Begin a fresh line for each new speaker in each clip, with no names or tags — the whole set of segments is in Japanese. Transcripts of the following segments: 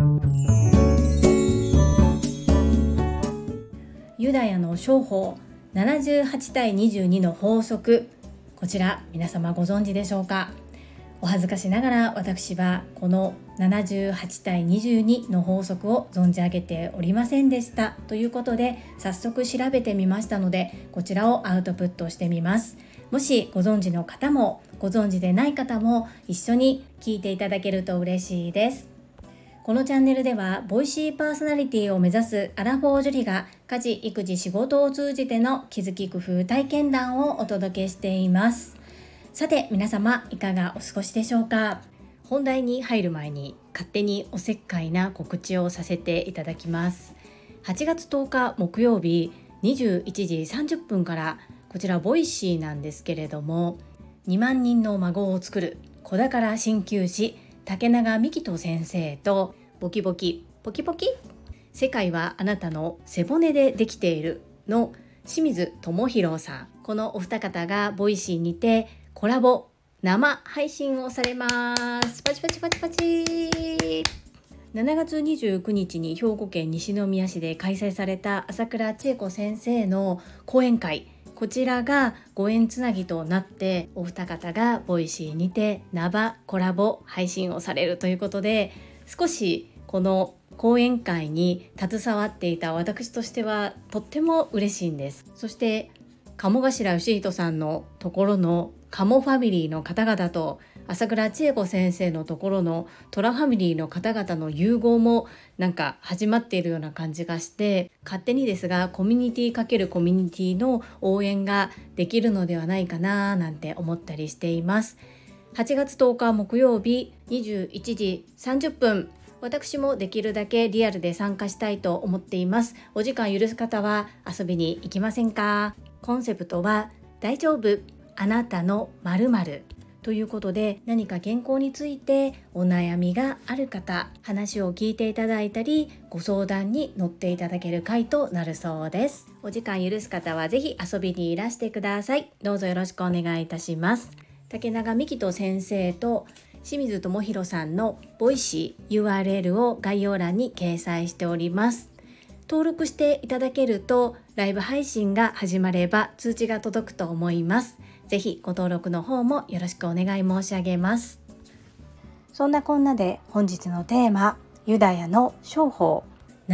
ユダヤの商法78対22の法則、こちら皆様ご存知でしょうか。お恥ずかしながら私はこの78対22の法則を存じ上げておりませんでしたということで、早速調べてみましたので、こちらをアウトプットしてみます。もしご存知の方もご存知でない方も一緒に聞いていただけると嬉しいです。このチャンネルではボイシーパーソナリティを目指すアラフォー女理が家事・育児・仕事を通じての気づき工夫体験談をお届けしています。さて皆様いかがお過ごしでしょうか。本題に入る前に勝手におせっかいな告知をさせていただきます。8月10日木曜日21時30分からこちらボイシーなんですけれども、2万人の孫を作る子宝鍼灸師竹永美希人先生とボキボキポキポキ世界はあなたの背骨でできているの清水智弘さん、このお二方がボイシーにてコラボ生配信をされます。パチパチパチパチ。7月29日に兵庫県西宮市で開催された朝倉千恵子先生の講演会、こちらがご縁つなぎとなってお二方がボイシーにて生コラボ配信をされるということで、少しこの講演会に携わっていた私としてはとっても嬉しいんです。そして鴨頭義人さんのところの鴨ファミリーの方々と朝倉千恵子先生のところの虎ファミリーの方々の融合もなんか始まっているような感じがして、勝手にですがコミュニティ×コミュニティの応援ができるのではないかななんて思ったりしています。8月10日木曜日21時30分、私もできるだけリアルで参加したいと思っています。お時間許す方は遊びに行きませんか。コンセプトは大丈夫あなたの〇〇ということで、何か健康についてお悩みがある方、話を聞いていただいたりご相談に乗っていただける回となるそうです。お時間許す方はぜひ遊びにいらしてください。どうぞよろしくお願いいたします。竹永美希人先生と清水智弘さんのボイシー URL を概要欄に掲載しております。登録していただけるとライブ配信が始まれば通知が届くと思います。ぜひご登録の方もよろしくお願い申し上げます。そんなこんなで本日のテーマ、ユダヤの商法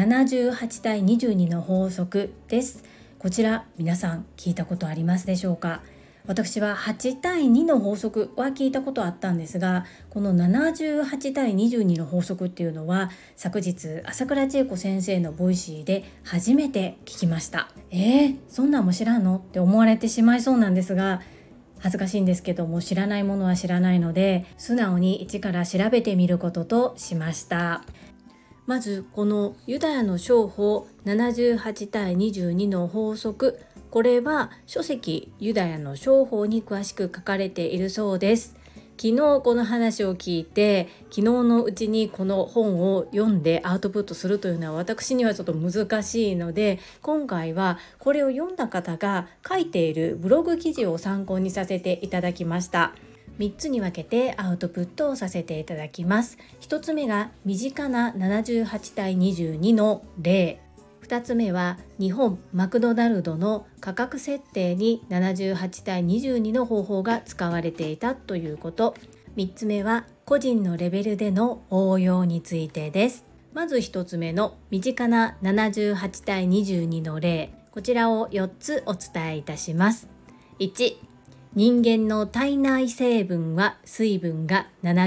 78対22の法則です。こちら皆さん聞いたことありますでしょうか。私は8対2の法則は聞いたことあったんですが、この78対22の法則っていうのは昨日朝倉千恵子先生のボイシーで初めて聞きました。そんなんも知らんのって思われてしまいそうなんですが、恥ずかしいんですけども知らないものは知らないので素直に一から調べてみることとしました。まずこのユダヤの商法78対22の法則、これは書籍ユダヤの商法に詳しく書かれているそうです。昨日この話を聞いて、昨日のうちにこの本を読んでアウトプットするというのは私にはちょっと難しいので、今回はこれを読んだ方が書いているブログ記事を参考にさせていただきました。3つに分けてアウトプットをさせていただきます。1つ目が身近な78対22の例、2つ目は日本マクドナルドの価格設定に78対22の方法が使われていたということ、3つ目は個人のレベルでの応用についてです。まず1つ目の身近な78対22の例、こちらを4つお伝えいたします。1、人間の体内成分は水分が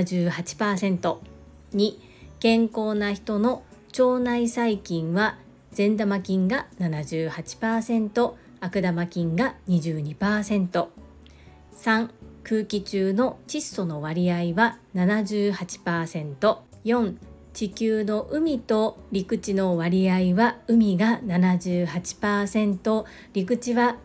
78%。 2、健康な人の腸内細菌は善玉菌が 78%、 悪玉菌が 22%。 3、空気中の窒素の割合は 78%。 4、地球の海と陸地の割合は海が 78%、 陸地は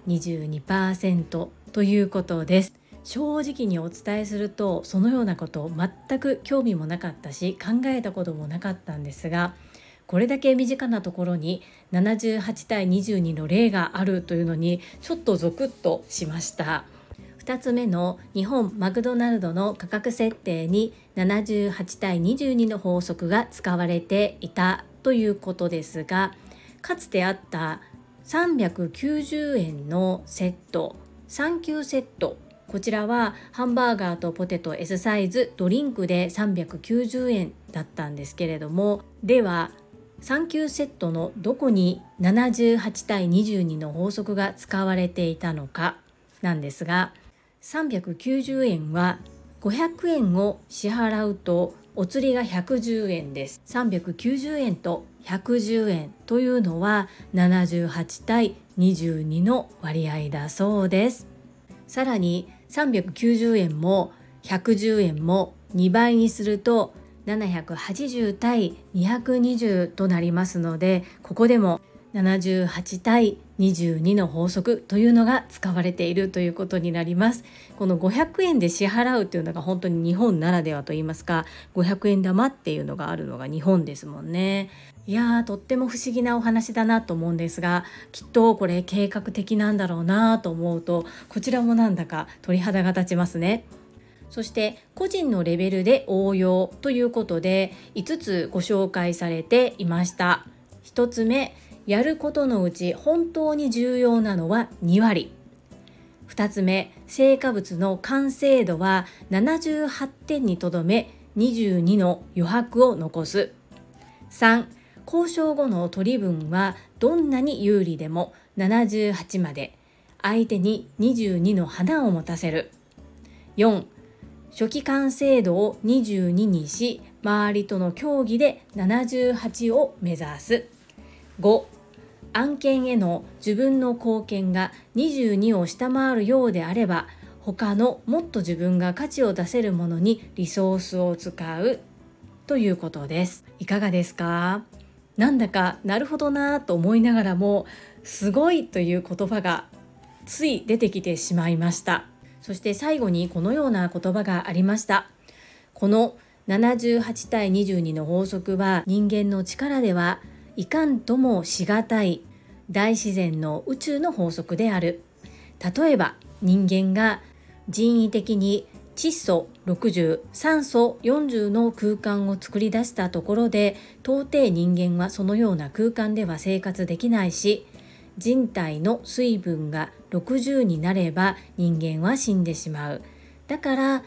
22% ということです。正直にお伝えするとそのようなこと全く興味もなかったし考えたこともなかったんですが、これだけ身近なところに78対22の例があるというのにちょっとゾクッとしました。 2つ目の日本マクドナルドの価格設定に78対22の法則が使われていたということですが、かつてあった390円のセット、サンキューセット、こちらはハンバーガーとポテト S サイズドリンクで390円だったんですけれども、ではサンキューセットのどこに78対22の法則が使われていたのかなんですが、390円は500円を支払うとお釣りが110円です。390円と110円というのは78対22の割合だそうです。さらに390円も110円も2倍にすると780対220となりますので、ここでも78対22の法則というのが使われているということになります。この500円で支払うというのが本当に日本ならではといいますか、500円玉っていうのがあるのが日本ですもんね。いやー、とっても不思議なお話だなと思うんですが、きっとこれ計画的なんだろうなと思うと、こちらもなんだか鳥肌が立ちますね。そして個人のレベルで応用ということで5つご紹介されていました。1つ目、やることのうち本当に重要なのは2割。2つ目、成果物の完成度は78点にとどめ22の余白を残す。3、交渉後の取り分はどんなに有利でも78まで相手に22の花を持たせる。4、初期完成度を22にし、周りとの協議で78を目指す。5、案件への自分の貢献が22を下回るようであれば、他のもっと自分が価値を出せるものにリソースを使うということです。いかがですか？なんだかなるほどなと思いながらも、すごいという言葉がつい出てきてしまいました。そして最後にこのような言葉がありました。この78対22の法則は人間の力ではいかんともしがたい大自然の宇宙の法則である。例えば人間が人為的に窒素60、酸素40の空間を作り出したところで、到底人間はそのような空間では生活できないし、人体の水分が60になれば人間は死んでしまう。だから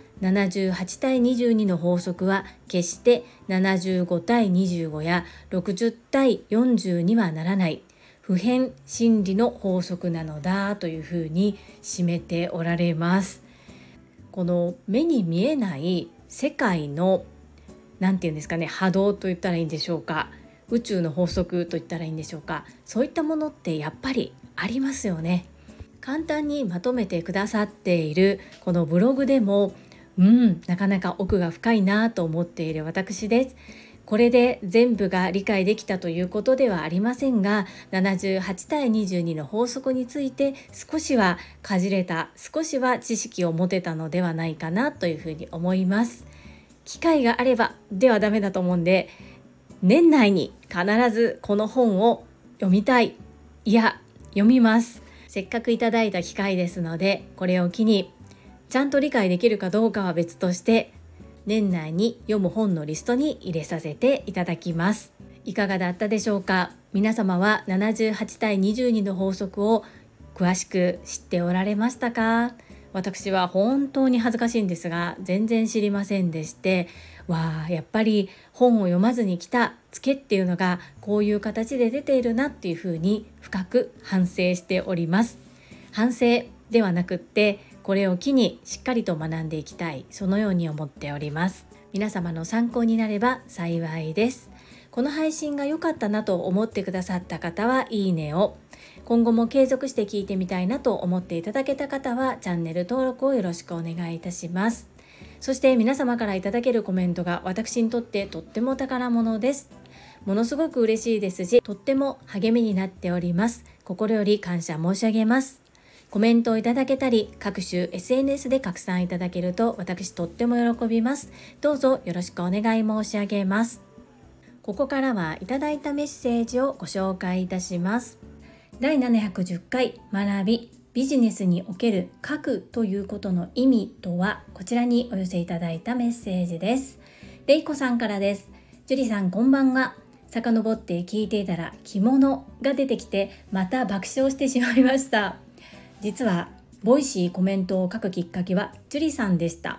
78対22の法則は決して75対25や60対40にはならない不変真理の法則なのだというふうに締めておられます。この目に見えない世界のなんていうんですかね、波動と言ったらいいんでしょうか、宇宙の法則と言ったらいいんでしょうか、そういったものってやっぱりありますよね。簡単にまとめてくださっているこのブログでもなかなか奥が深いなと思っている私です。これで全部が理解できたということではありませんが、78対22の法則について少しはかじれた、少しは知識を持てたのではないかなというふうに思います。機会があればではダメだと思うんで、年内に必ずこの本を読みたい、いや読みます。せっかくいただいた機会ですので、これを機にちゃんと理解できるかどうかは別として年内に読む本のリストに入れさせていただきます。いかがだったでしょうか？皆様は78対22の法則を詳しく知っておられましたか？私は本当に恥ずかしいんですが全然知りませんでして、やっぱり本を読まずに来たツケっていうのがこういう形で出ているなっていうふうに深く反省しております。反省ではなくってこれを機にしっかりと学んでいきたい、そのように思っております。皆様の参考になれば幸いです。この配信が良かったなと思ってくださった方はいいねを、今後も継続して聞いてみたいなと思っていただけた方はチャンネル登録をよろしくお願いいたします。そして皆様からいただけるコメントが私にとってとっても宝物です。ものすごく嬉しいですし、とっても励みになっております。心より感謝申し上げます。コメントをいただけたり、各種 SNS で拡散いただけると私とっても喜びます。どうぞよろしくお願い申し上げます。ここからはいただいたメッセージをご紹介いたします。第710回学びビジネスにおける書くということの意味とは、こちらにお寄せいただいたメッセージです。れいこさんからです。ジュリさん、こんばんは。遡って聞いていたら着物が出てきて、また爆笑してしまいました。実はボイシーコメントを書くきっかけはジュリさんでした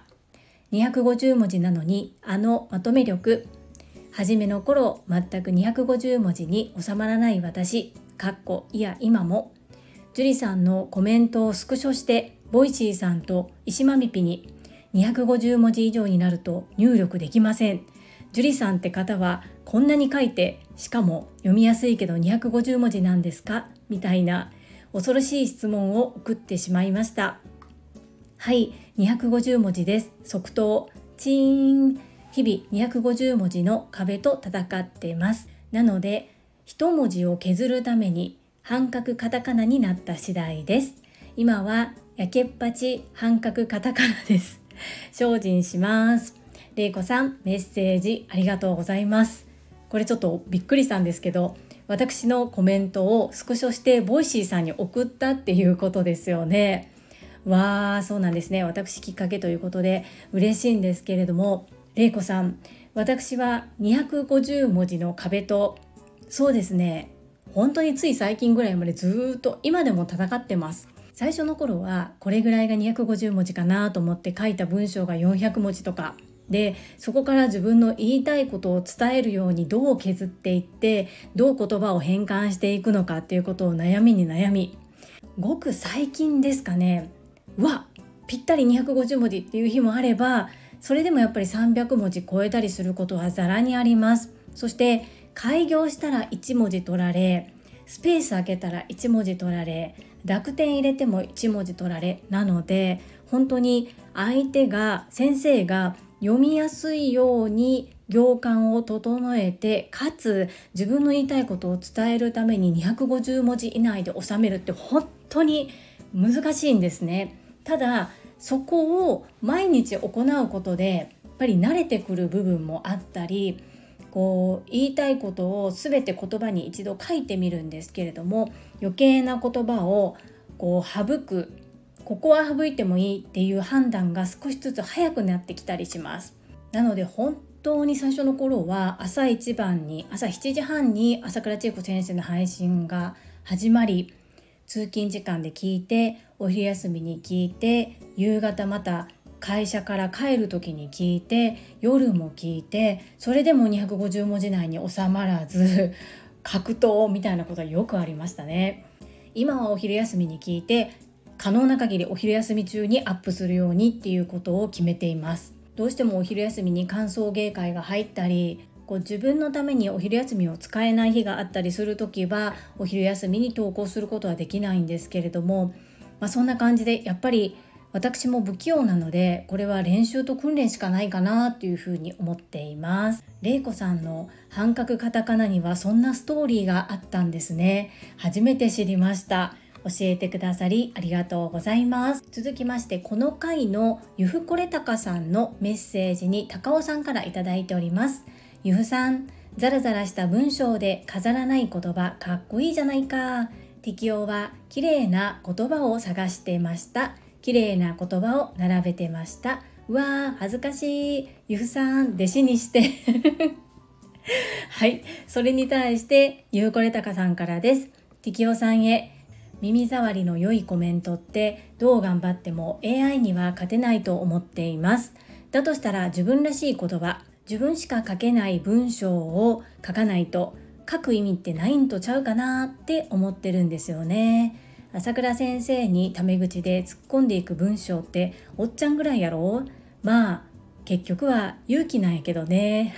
。250文字なのにまとめ力、初めの頃全く250文字に収まらない私、いや今も、ジュリさんのコメントをスクショしてボイシーさんと石間みぴに250文字以上になると入力できません。ジュリさんって方はこんなに書いて、しかも読みやすいけど250文字なんですかみたいな恐ろしい質問を送ってしまいました。はい、250文字です。即答チーン。日々250文字の壁と戦っています。なので一文字を削るために半角カタカナになった次第です。今はやけっぱち半角カタカナです。精進します。れいこさん、メッセージありがとうございます。これちょっとびっくりしたんですけど、私のコメントをスクショしてボイシーさんに送ったっていうことですよね。わー、そうなんですね。私きっかけということで嬉しいんですけれども、れいこさん、私は250文字の壁と、そうですね、本当につい最近ぐらいまでずっと今でも戦ってます。最初の頃はこれぐらいが250文字かなと思って書いた文章が400文字とかで、そこから自分の言いたいことを伝えるようにどう削っていって、どう言葉を変換していくのかっていうことを悩み、ごく最近ですかね、ぴったり250文字っていう日もあれば、それでもやっぱり300文字超えたりすることはざらにあります。そして開業したら1文字取られ、スペース空けたら1文字取られ、濁点入れても1文字取られなので、本当に先生が読みやすいように行間を整えて、かつ自分の言いたいことを伝えるために250文字以内で収めるって本当に難しいんですね。ただそこを毎日行うことでやっぱり慣れてくる部分もあったり、言いたいことを全て言葉に一度書いてみるんですけれども、余計な言葉を省く、ここは省いてもいいっていう判断が少しずつ早くなってきたりします。なので本当に最初の頃は朝7時半に朝倉千恵子先生の配信が始まり、通勤時間で聞いて、お昼休みに聞いて、夕方また会社から帰る時に聞いて、夜も聞いて、それでも250文字内に収まらず格闘みたいなことはよくありましたね。今はお昼休みに聞いて、可能な限りお昼休み中にアップするようにっていうことを決めています。どうしてもお昼休みに歓送迎会が入ったり、自分のためにお昼休みを使えない日があったりするときは、お昼休みに投稿することはできないんですけれども、そんな感じでやっぱり私も不器用なので、これは練習と訓練しかないかなというふうに思っています。れいこさんの半角カタカナにはそんなストーリーがあったんですね。初めて知りました。教えてくださりありがとうございます。続きまして、この回のゆふこれたかさんのメッセージに高尾さんからいただいております。ゆふさん、ザラザラした文章で飾らない言葉かっこいいじゃないか。適用は綺麗な言葉を探してました。綺麗な言葉を並べてました。うわー、恥ずかしい。ゆふさん、弟子にしてはい、それに対してゆうこれたかさんからです。適用さんへ、耳障りの良いコメントってどう頑張っても AI には勝てないと思っています。だとしたら自分らしい言葉、自分しか書けない文章を書かないと書く意味ってないんとちゃうかなって思ってるんですよね。朝倉先生にタメ口で突っ込んでいく文章っておっちゃんぐらいやろ。結局は勇気なんやけどね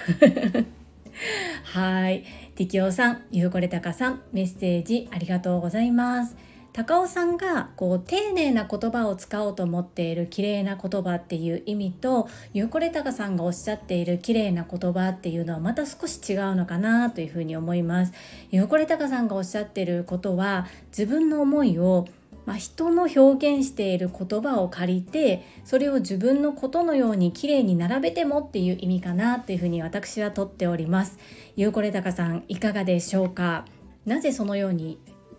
はい、適応さん、ゆうこれたかさん、メッセージありがとうございます。高尾さんが丁寧な言葉を使おうと思っている綺麗な言葉っていう意味と、ゆうこれたかさんがおっしゃっている綺麗な言葉っていうのはまた少し違うのかなというふうに思います。ゆうこれたかさんがおっしゃっていることは、自分の思いを人の表現している言葉を借りて、それを自分のことのように綺麗に並べてもっていう意味かなというふうに私はとっております。ゆうこれたかさん、いかがでしょうか。なぜそのように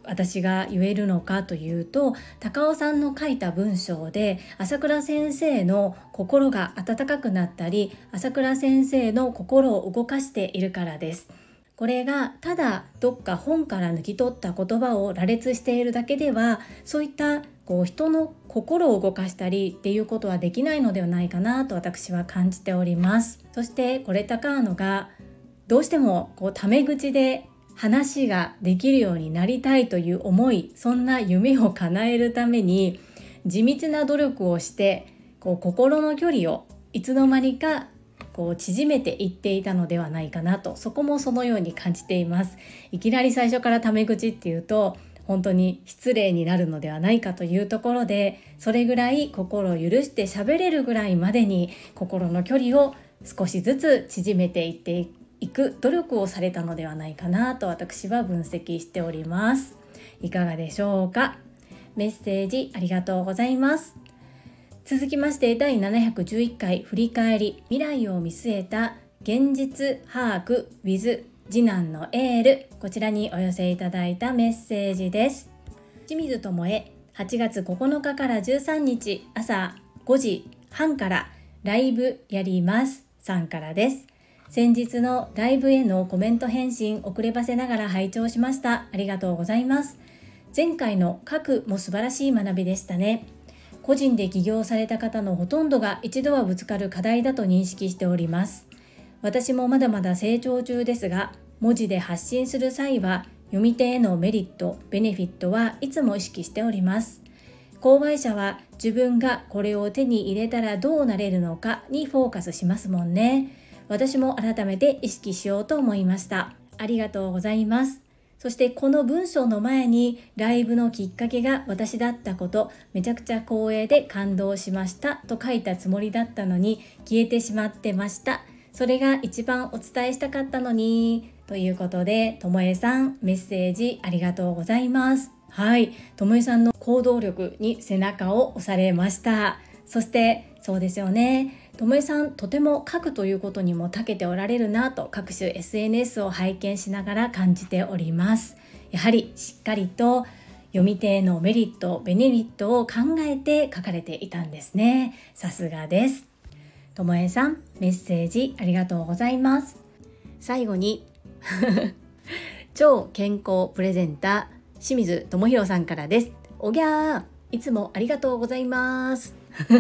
私が言えるのかというと、高尾さんの書いた文章で朝倉先生の心が温かくなったり、朝倉先生の心を動かしているからです。これがただどっか本から抜き取った言葉を羅列しているだけでは、そういった人の心を動かしたりっていうことはできないのではないかなと私は感じております。そしてこれ高野がどうしてもタメ口で話ができるようになりたいという思い、そんな夢を叶えるために地道な努力をして心の距離をいつの間にか縮めていっていたのではないかなと、そこもそのように感じています。いきなり最初からタメ口っていうと本当に失礼になるのではないかというところで、それぐらい心を許して喋れるぐらいまでに心の距離を少しずつ縮めていっていく努力をされたのではないかなと私は分析しております。いかがでしょうか。メッセージありがとうございます。続きまして第711回振り返り、未来を見据えた現実把握 with 次男のエール、こちらにお寄せいただいたメッセージです。清水智恵、8月9日から13日朝5時半からライブやりますさんからです。先日のライブへのコメント返信遅ればせながら拝聴しました。ありがとうございます。前回の書くも素晴らしい学びでしたね。個人で起業された方のほとんどが一度はぶつかる課題だと認識しております。私もまだまだ成長中ですが、文字で発信する際は読み手へのメリット、ベネフィットはいつも意識しております。購買者は自分がこれを手に入れたらどうなれるのかにフォーカスしますもんね。私も改めて意識しようと思いました。ありがとうございます。そしてこの文章の前にライブのきっかけが私だったこと、めちゃくちゃ光栄で感動しましたと書いたつもりだったのに消えてしまってました。それが一番お伝えしたかったのに、ということで、ともえさんメッセージありがとうございます。はい、ともえさんの行動力に背中を押されました。そしてそうですよね、ともえさんとても書くということにも長けておられるなと各種 SNS を拝見しながら感じております。やはりしっかりと読み手へのメリット、ベネフィットを考えて書かれていたんですね。さすがです。ともえさんメッセージありがとうございます。最後に超健康プレゼンター清水智弘さんからです。おぎゃー、いつもありがとうございます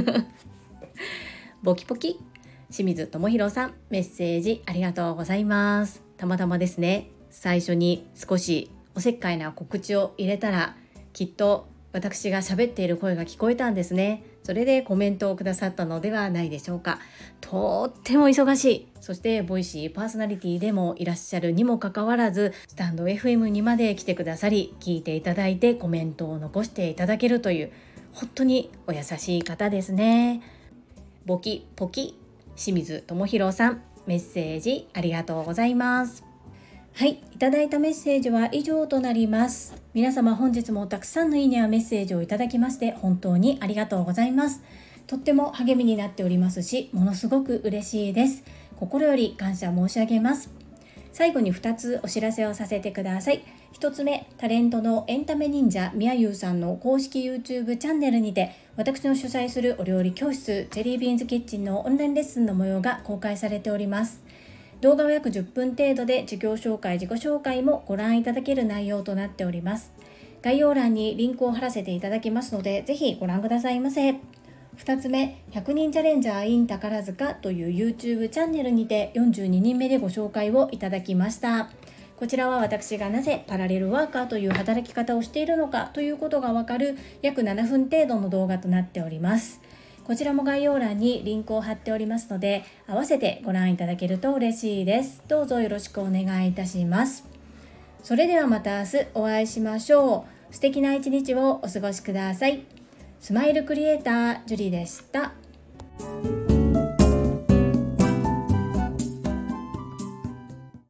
ボキポキ、清水智弘さんメッセージありがとうございます。たまたまですね、最初に少しおせっかいな告知を入れたら、きっと私が喋っている声が聞こえたんですね。それでコメントをくださったのではないでしょうか。とっても忙しい、そしてボイシーパーソナリティでもいらっしゃるにもかかわらず、スタンド FM にまで来てくださり、聞いていただいてコメントを残していただけるという、本当にお優しい方ですね。ボキポキ、清水智弘さんメッセージありがとうございます。はい、いただいたメッセージは以上となります。皆様本日もたくさんのいいねやメッセージをいただきまして本当にありがとうございます。とっても励みになっておりますし、ものすごく嬉しいです。心より感謝申し上げます。最後に2つお知らせをさせてください。1つ目、タレントのエンタメ忍者みやゆうさんの公式 YouTube チャンネルにて、私の主催するお料理教室ジェリービーンズキッチンのオンラインレッスンの模様が公開されております。動画は約10分程度で、授業紹介、自己紹介もご覧いただける内容となっております。概要欄にリンクを貼らせていただきますので、ぜひご覧くださいませ。2つ目、100人チャレンジャー in 宝塚という YouTube チャンネルにて42人目でご紹介をいただきました。こちらは私がなぜパラレルワーカーという働き方をしているのかということがわかる約7分程度の動画となっております。こちらも概要欄にリンクを貼っておりますので、合わせてご覧いただけると嬉しいです。どうぞよろしくお願いいたします。それではまた明日お会いしましょう。素敵な一日をお過ごしください。スマイルクリエイタージュリでした。